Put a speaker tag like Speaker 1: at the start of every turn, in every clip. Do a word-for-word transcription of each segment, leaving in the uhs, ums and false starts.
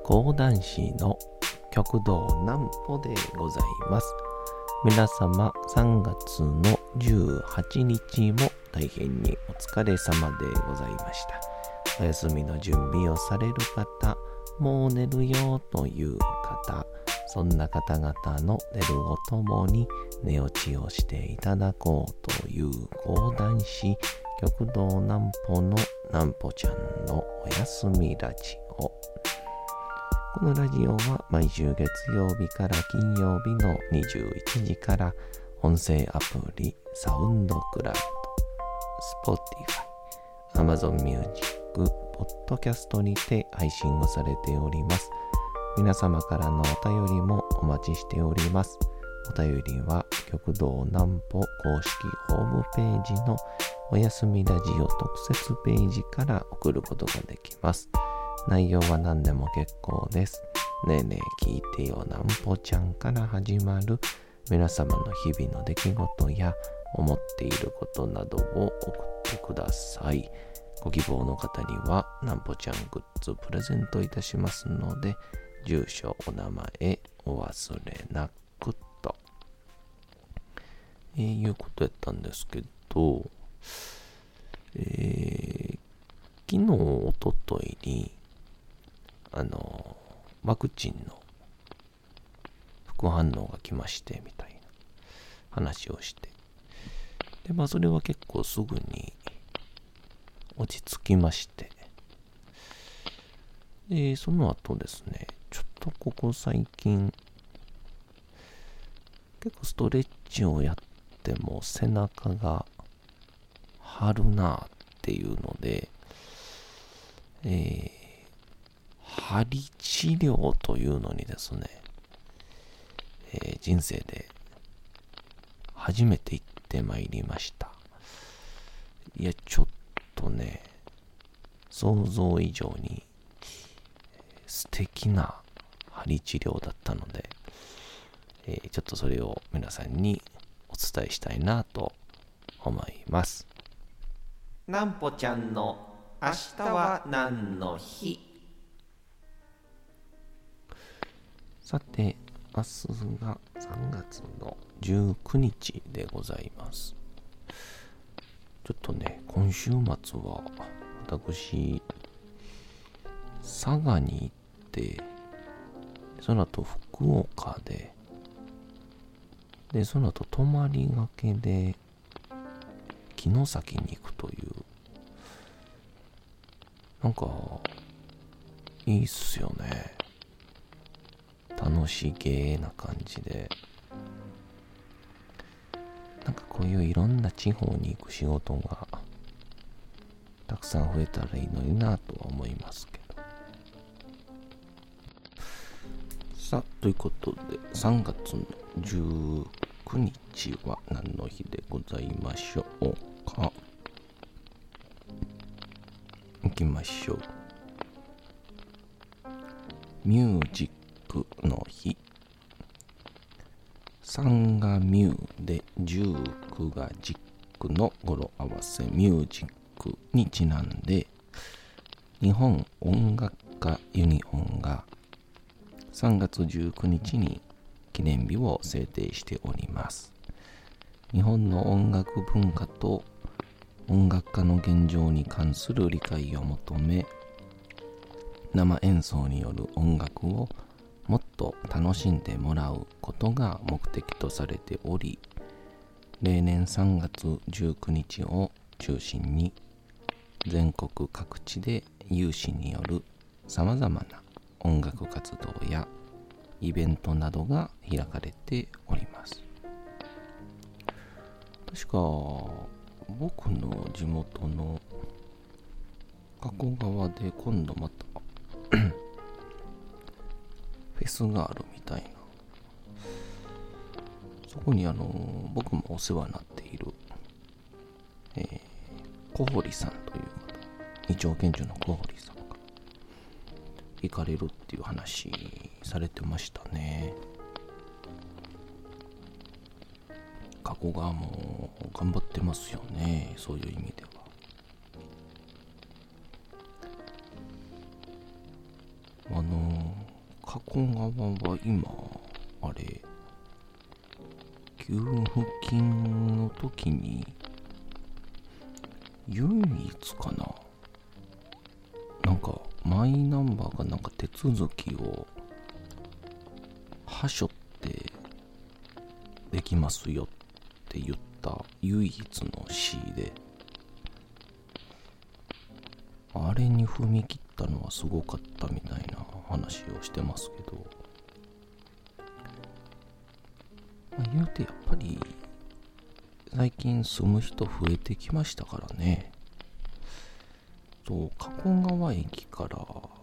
Speaker 1: 講談師の極道南歩でございます。皆様さんがつのじゅうはちにちも大変にお疲れ様でございました。お休みの準備をされる方、もう寝るよという方、そんな方々の寝るをともに寝落ちをしていただこうという講談師極道南歩の南歩ちゃんのおやすみラジオ。このラジオは毎週月曜日から金曜日のにじゅういちじから音声アプリサウンドクラウド、Spotify、Amazon Music、ポッドキャストにて配信をされております。皆様からのお便りもお待ちしております。お便りは極道南歩公式ホームページのおやすみラジオ特設ページから送ることができます。内容は何でも結構です。ねえねえ聞いてよ南歩ちゃんから始まる皆様の日々の出来事や思っていることなどを送ってください。ご希望の方には南歩ちゃんグッズプレゼントいたしますので、住所お名前お忘れなくと、えー、いうことやったんですけど、えー、昨日おとといにあのワクチンの副反応が来ましてみたいな話をして、でまあそれは結構すぐに落ち着きまして、でその後ですね、ちょっとここ最近結構ストレッチをやっても背中が張るなっていうので、えー鍼治療というのにですね、えー、人生で初めて行ってまいりました。いやちょっとね、想像以上に素敵な鍼治療だったので、えー、ちょっとそれを皆さんにお伝えしたいなと思います。南歩ちゃんの明日は何の日。さて、明日がさんがつのじゅうくにちでございます。ちょっとね、今週末は私、佐賀に行って、その後福岡で、で、その後泊まりがけで、城崎に行くという、なんか、いいっすよね。楽しげな感じで、なんかこういういろんな地方に行く仕事がたくさん増えたらいいのになとは思いますけど。さあ、ということでさんがつのじゅうくにちは何の日でございましょうか。いきましょう。ミュージックの日。さんがミューでじゅうくがジックの語呂合わせミュージックにちなんで、日本音楽家ユニオンがさんがつじゅうくにちに記念日を制定しております。日本の音楽文化と音楽家の現状に関する理解を求め、生演奏による音楽をもっと楽しんでもらうことが目的とされており、例年さんがつじゅうくにちを中心に全国各地で有志によるさまざまな音楽活動やイベントなどが開かれております。確か僕の地元の加古川で今度またフェスがあるみたいな。そこにあの僕もお世話になっている、えー、小堀さんという方、二丁拳銃の小堀さんが行かれるっていう話されてましたね。加古川も頑張ってますよね、そういう意味では。あの加古川は今あれ給付金の時に唯一かな、なんかマイナンバーがなんか手続きをはしょってできますよって言った唯一の市で、あれに踏み切ったのはすごかったみたいな話をしてますけど、まあ、言うてやっぱり最近住む人増えてきましたからね。そう、加古川駅から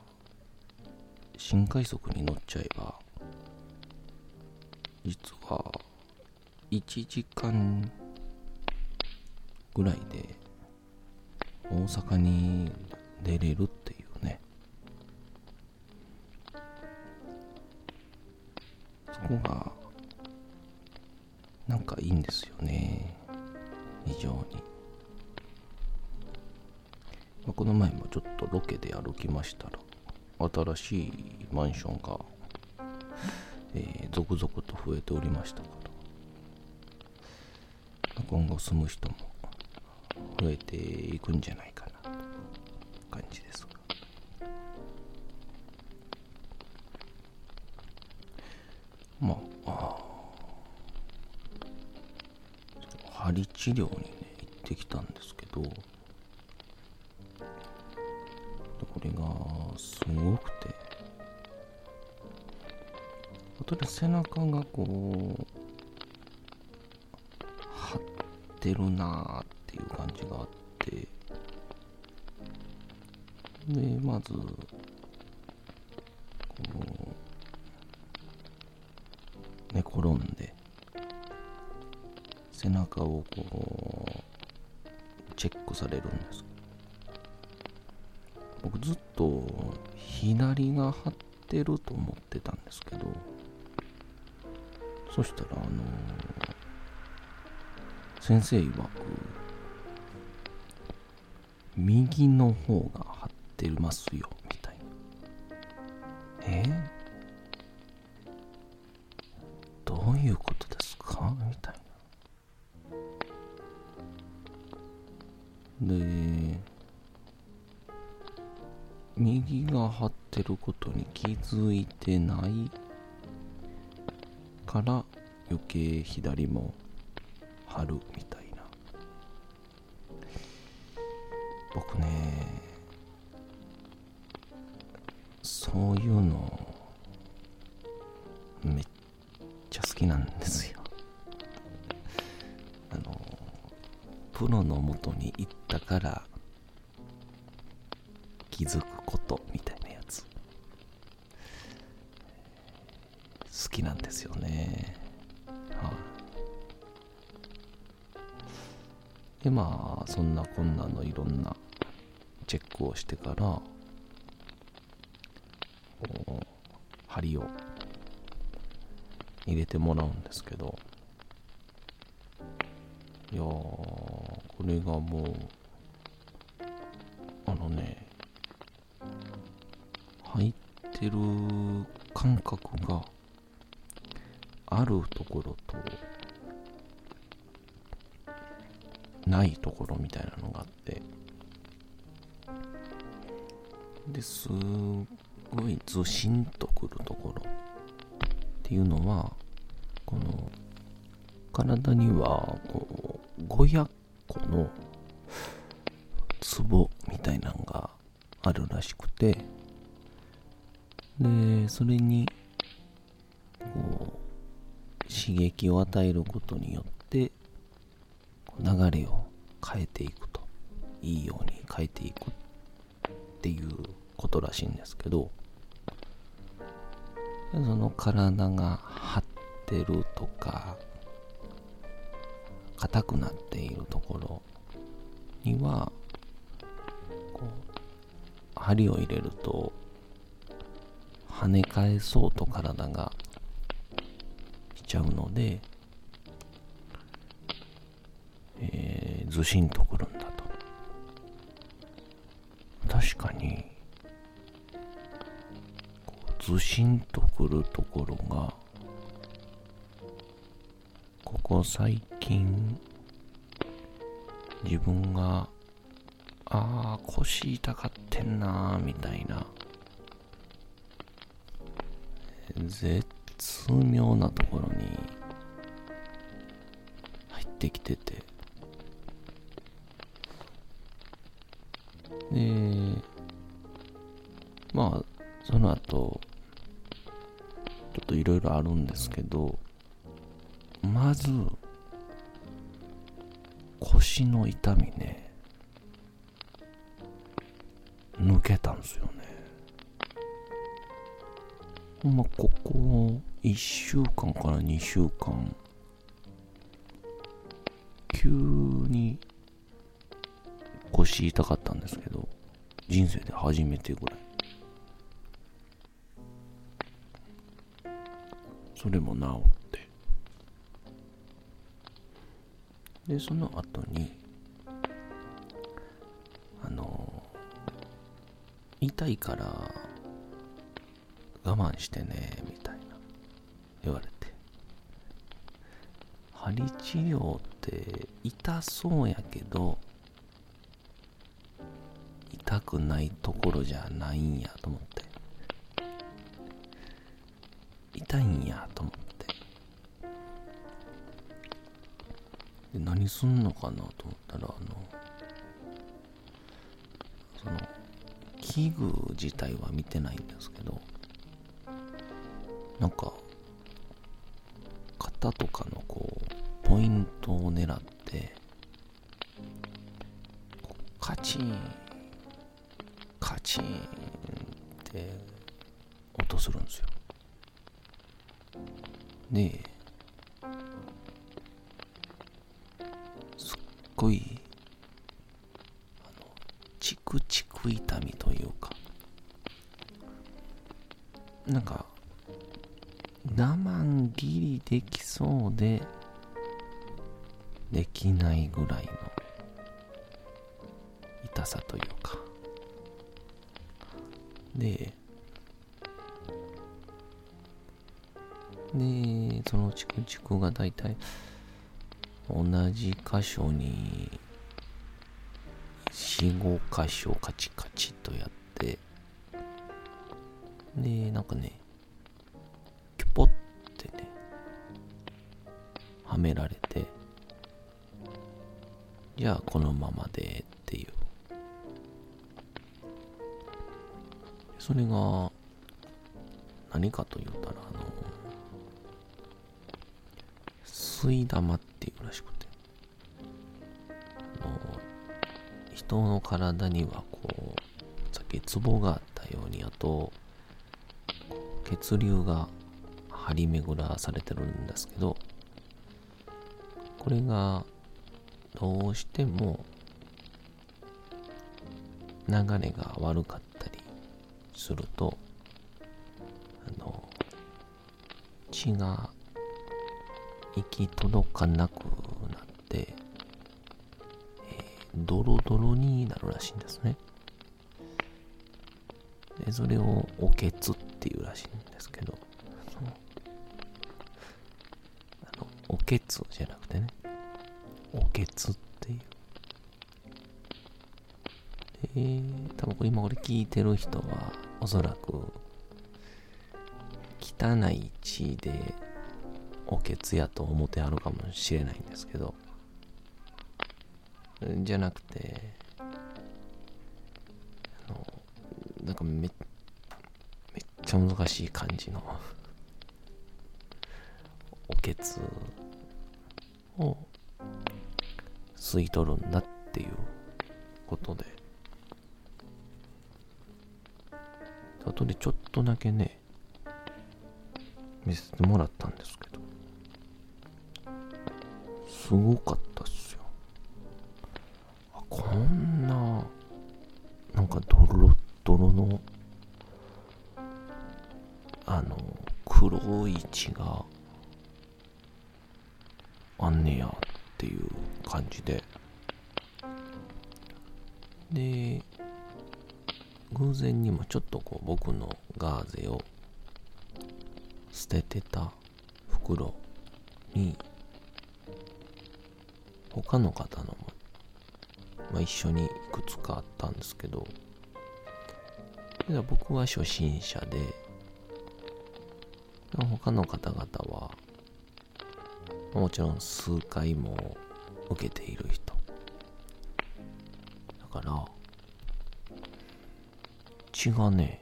Speaker 1: 新快速に乗っちゃえば実はいちじかんぐらいで大阪に出れるっていうね。そこがなんかいいんですよね、非常に。まあ、この前もちょっとロケで歩きましたら新しいマンションが、えー、続々と増えておりましたから、今後住む人も増えていくんじゃないかなという感じですが、まあ、あ針治療にね行ってきたんですけど、これがすごくて、本当に背中がこう張ってるなーっていう感じがあって、でまずこう寝転んで背中をこうチェックされるんです。僕ずっと左が張ってると思ってたんですけど、そしたらあのー、先生曰く右の方が張ってますよみたいな。えどういうことですかみたいな。で右が張ってることに気づいてないから余計左も張るみたいな。僕ね、そういうのめっちゃ好きなんですよ。あのプロの元に行ったから気づくことみたいなやつ好きなんですよね。はい、でまあそんなこんなのいろんなチェックをしてからこう針を入れてもらうんですけど、いやーこれがもうあのね入ってる感覚があるところとないところみたいなのがあって、ですごいずしんとくるところっていうのは、この体にはこうごひゃっこのツボみたいなのがあるらしくて、でそれにこう刺激を与えることによって流れを変えていくと、いいように変えていくっていうことらしいんですけど、その体が張ってるとか硬くなっているところにはこう針を入れると跳ね返そうと体がしちゃうので、えー、ずしんとくるんだと。確かにこうずしんとくるところが、ここ最近自分があー腰痛がってんなーみたいな絶妙なところに入ってきてて、でまあその後ちょっといろいろあるんですけど、まず腰の痛みね、抜けたんですよね。ほんまここいっしゅうかんからにしゅうかん急に腰痛かったんですけど、人生で初めてぐらい。それも治って、でその後にあの痛いから我慢してねみたいな言われて、針治療って痛そうやけど痛くないところじゃないんやと思って、痛いんやと思って、で何すんのかなと思ったら、あのその器具自体は見てないんですけど、なんか肩とかのこうポイントを狙ってカチンカチンって音するんですよ。ですっごいあのチクチク痛みというか、なんか我慢ギリできそうでできないぐらいの痛さというかで、でそのチクチクがだいたい同じ箇所によん、ご箇所カチカチとやって、でなんかねキュポってねはめられて、じゃあこのままでっていう、それが何かと言ったら、あの吸い玉っていうらしくて、あの人の体にはこうさっきツボがあったように、あと血流が張り巡らされてるんですけど、これがどうしても流れが悪かったりすると、あの血が行き届かなくなって、えー、ドロドロになるらしいんですね。でそれをおけつっていうらしいんですけど、そのあのおけつじゃなくてね、おけつっていう。えー、多分これ今俺聞いてる人はおそらく汚い血でおけつやと思ってあるかもしれないんですけど、じゃなくて、あのなんかめめっちゃ難しい感じのおけつを吸い取るんだっていうことで、後でちょっとだけね見せてもらったんですけど、すごかったっすよ。あ、こんななんかドロドロのあの黒い血があんねやっていう感じで、で偶然にもちょっとこう僕のガーゼを捨ててた袋に他の方のも、まあ、一緒にいくつかあったんですけど、僕は初心者で、他の方々はもちろん数回も受けている人だから、血がね、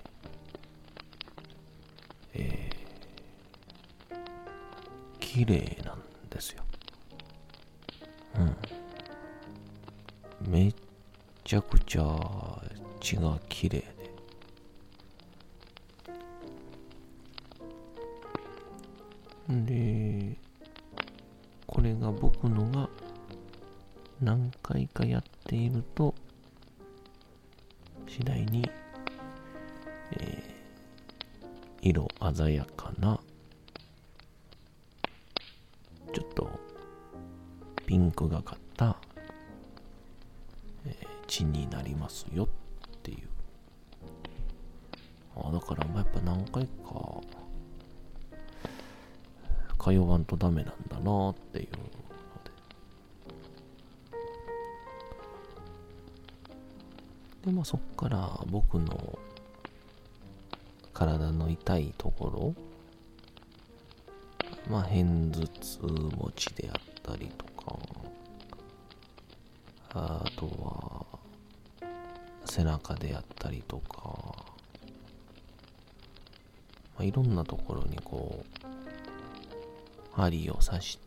Speaker 1: えー、綺麗なんですよ。うん。めっちゃくちゃ血が綺麗で。で、これが僕のが何回かやっていると、次第に、えー、色鮮やかな、ちょっとピンクがかった、えー、血になりますよっていう。あ、だからまあやっぱ何回か通わんとダメなんだなっていうので。で、まあそっから僕の体の痛いところ、まあ片頭痛持ちであったりとか、あとは背中であったりとか、まあ、いろんなところにこう針を刺して、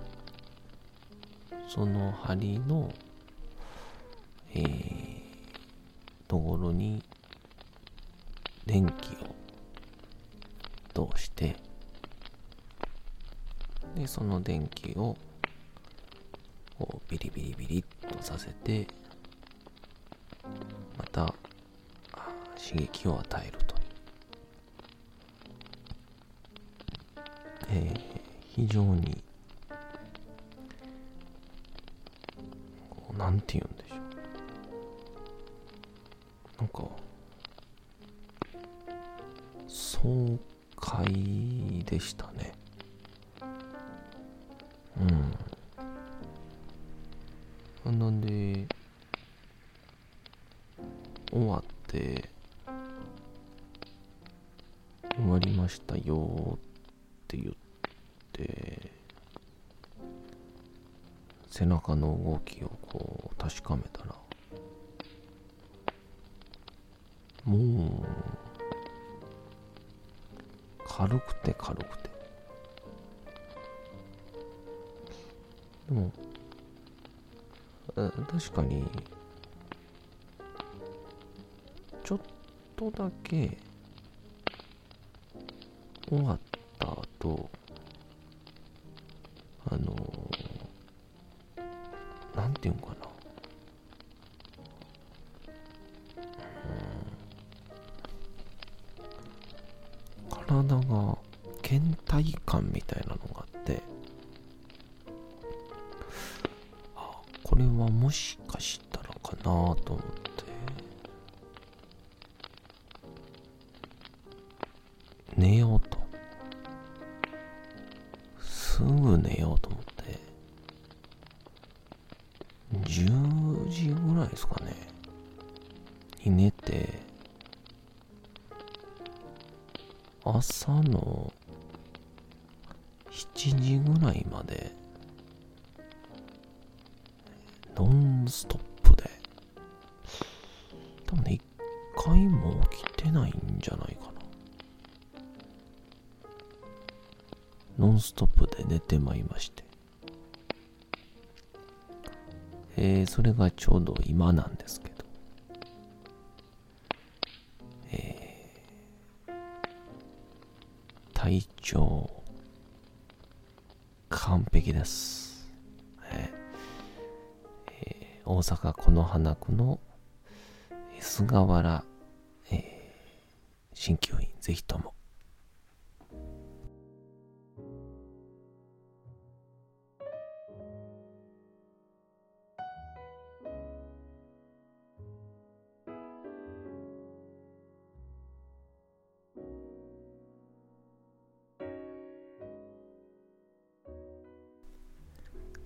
Speaker 1: その針の、えー、ところに電気を通して、でその電気をこうビリビリビリっとさせて、また刺激を与えるという、えー、非常にこうなんて言うんでしょう、なんか爽快でしたね。うん。なんで終わって終わりましたよって言って、背中の動きをこう確かめたら、もう軽くて軽くて、でも確かにちょっとだけ終わった後、あのー、なんていうんかな、うん、体が倦怠感みたいなのがあって、あ、これはもしかしたらかなと思って、寝ようと、すぐ寝ようと思って、じゅうじぐらいですかねに寝て、朝のしちじぐらいまでノンストップで、多分ね、一回も起きてないんじゃないかな。ノンストップで寝てまいりまして、えー、それがちょうど今なんですけど、えー、体調完璧です、えーえー、大阪此花区の菅原、えー、鍼灸院、ぜひとも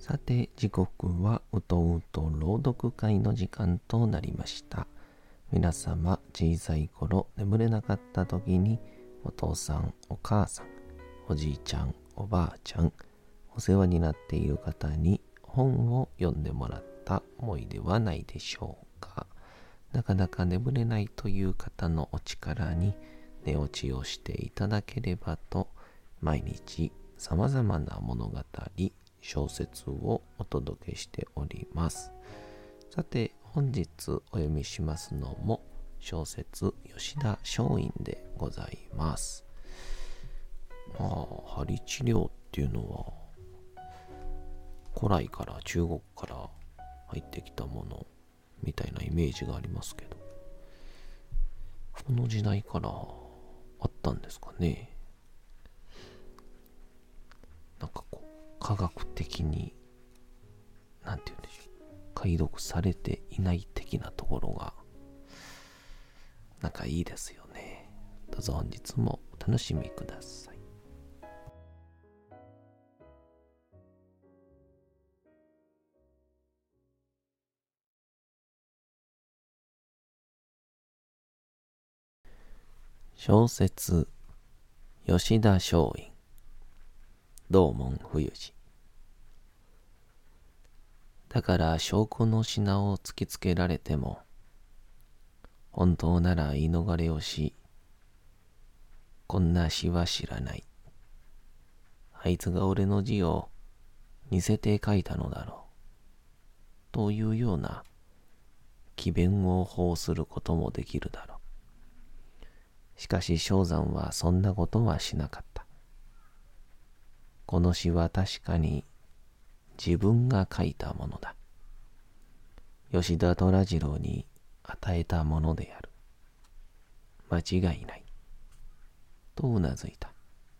Speaker 1: さて、時刻はうとうと朗読会の時間となりました。皆様、小さい頃眠れなかった時に、お父さん、お母さん、おじいちゃん、おばあちゃん、お世話になっている方に本を読んでもらった思いではないでしょうか。なかなか眠れないという方のお力に寝落ちをしていただければと、毎日さまざまな物語、小説をお届けしております。さて、本日お読みしますのも小説吉田松陰でございます。まあ、針治療っていうのは古来から中国から入ってきたものみたいなイメージがありますけど、この時代からあったんですかね。なんかこう科学的になんて言うんでしょう、解読されていない的なところがなんかいいですよね。どうぞ本日もお楽しみください。小説吉田松陰、道門冬治。だから証拠の品を突きつけられても、本当なら言い逃れをし、こんな詩は知らない。あいつが俺の字を似せて書いたのだろう。というような詭弁を放することもできるだろう。しかし正山はそんなことはしなかった。この詩は確かに自分が書いたものだ。吉田虎次郎に与えたものである。間違いない。とうなずいた。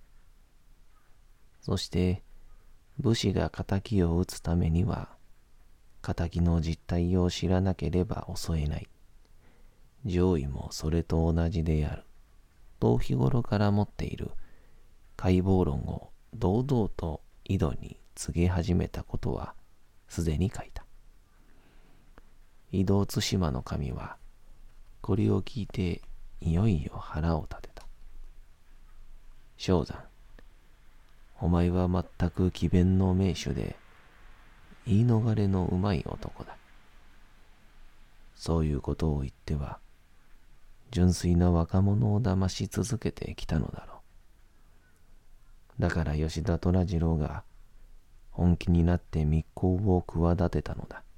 Speaker 1: そして武士が仇を討つためには、仇の実態を知らなければ襲えない。上位もそれと同じである。と日頃から持っている解剖論を堂々と井戸に告げ始めたことはすでに書いた。井戸対馬の神はこれを聞いていよいよ腹を立てた。正山、お前は全く詭弁の名手で言い逃れのうまい男だ。そういうことを言っては純粋な若者を騙し続けてきたのだろう。だから吉田虎次郎が本気になって密航を企てたのだ。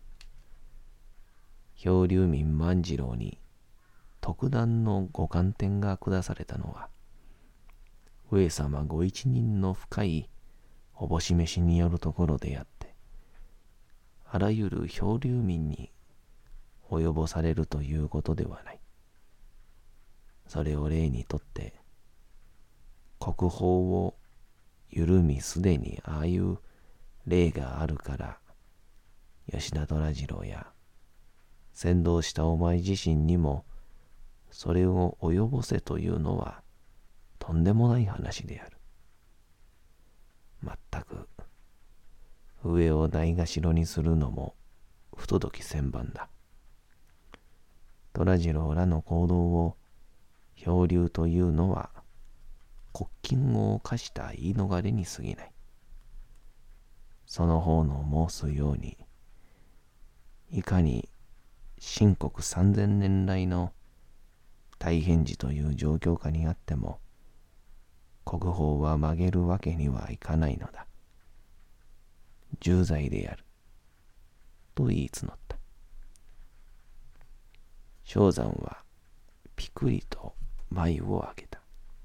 Speaker 1: 漂流民万次郎に特段のご鑑定が下されたのは、上様ご一人の深いおぼし飯によるところであって、あらゆる漂流民に及ぼされるということではない。それを例にとって、国宝を緩みすでにああいう例があるから、吉田虎次郎や先導したお前自身にもそれを及ぼせというのはとんでもない話である。まったく上をないがしろにするのも不届き千番だ。虎次郎らの行動を漂流というのは国禁を犯した言い逃れに過ぎない。その方の申すように、いかに秦国三千年来の大変時という状況下にあっても、国宝は曲げるわけにはいかないのだ。重罪である。と言い募った。正山はピクリと眉を上げた。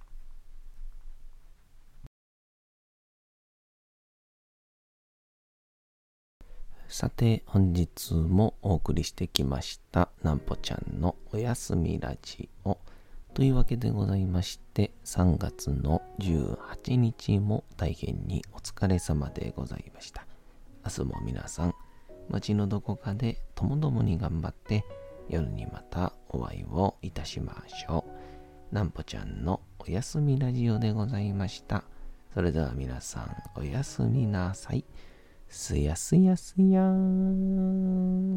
Speaker 1: さて、本日もお送りしてきましたなんぽちゃんのおやすみラジオというわけでございまして、さんがつのじゅうはちにちも大変にお疲れ様でございました。明日も皆さん街のどこかでともどもに頑張って夜にまたお会いをいたしましょう。なんぽちゃんのおやすみラジオでございました。それでは皆さんおやすみなさい。 すやすやすやーん。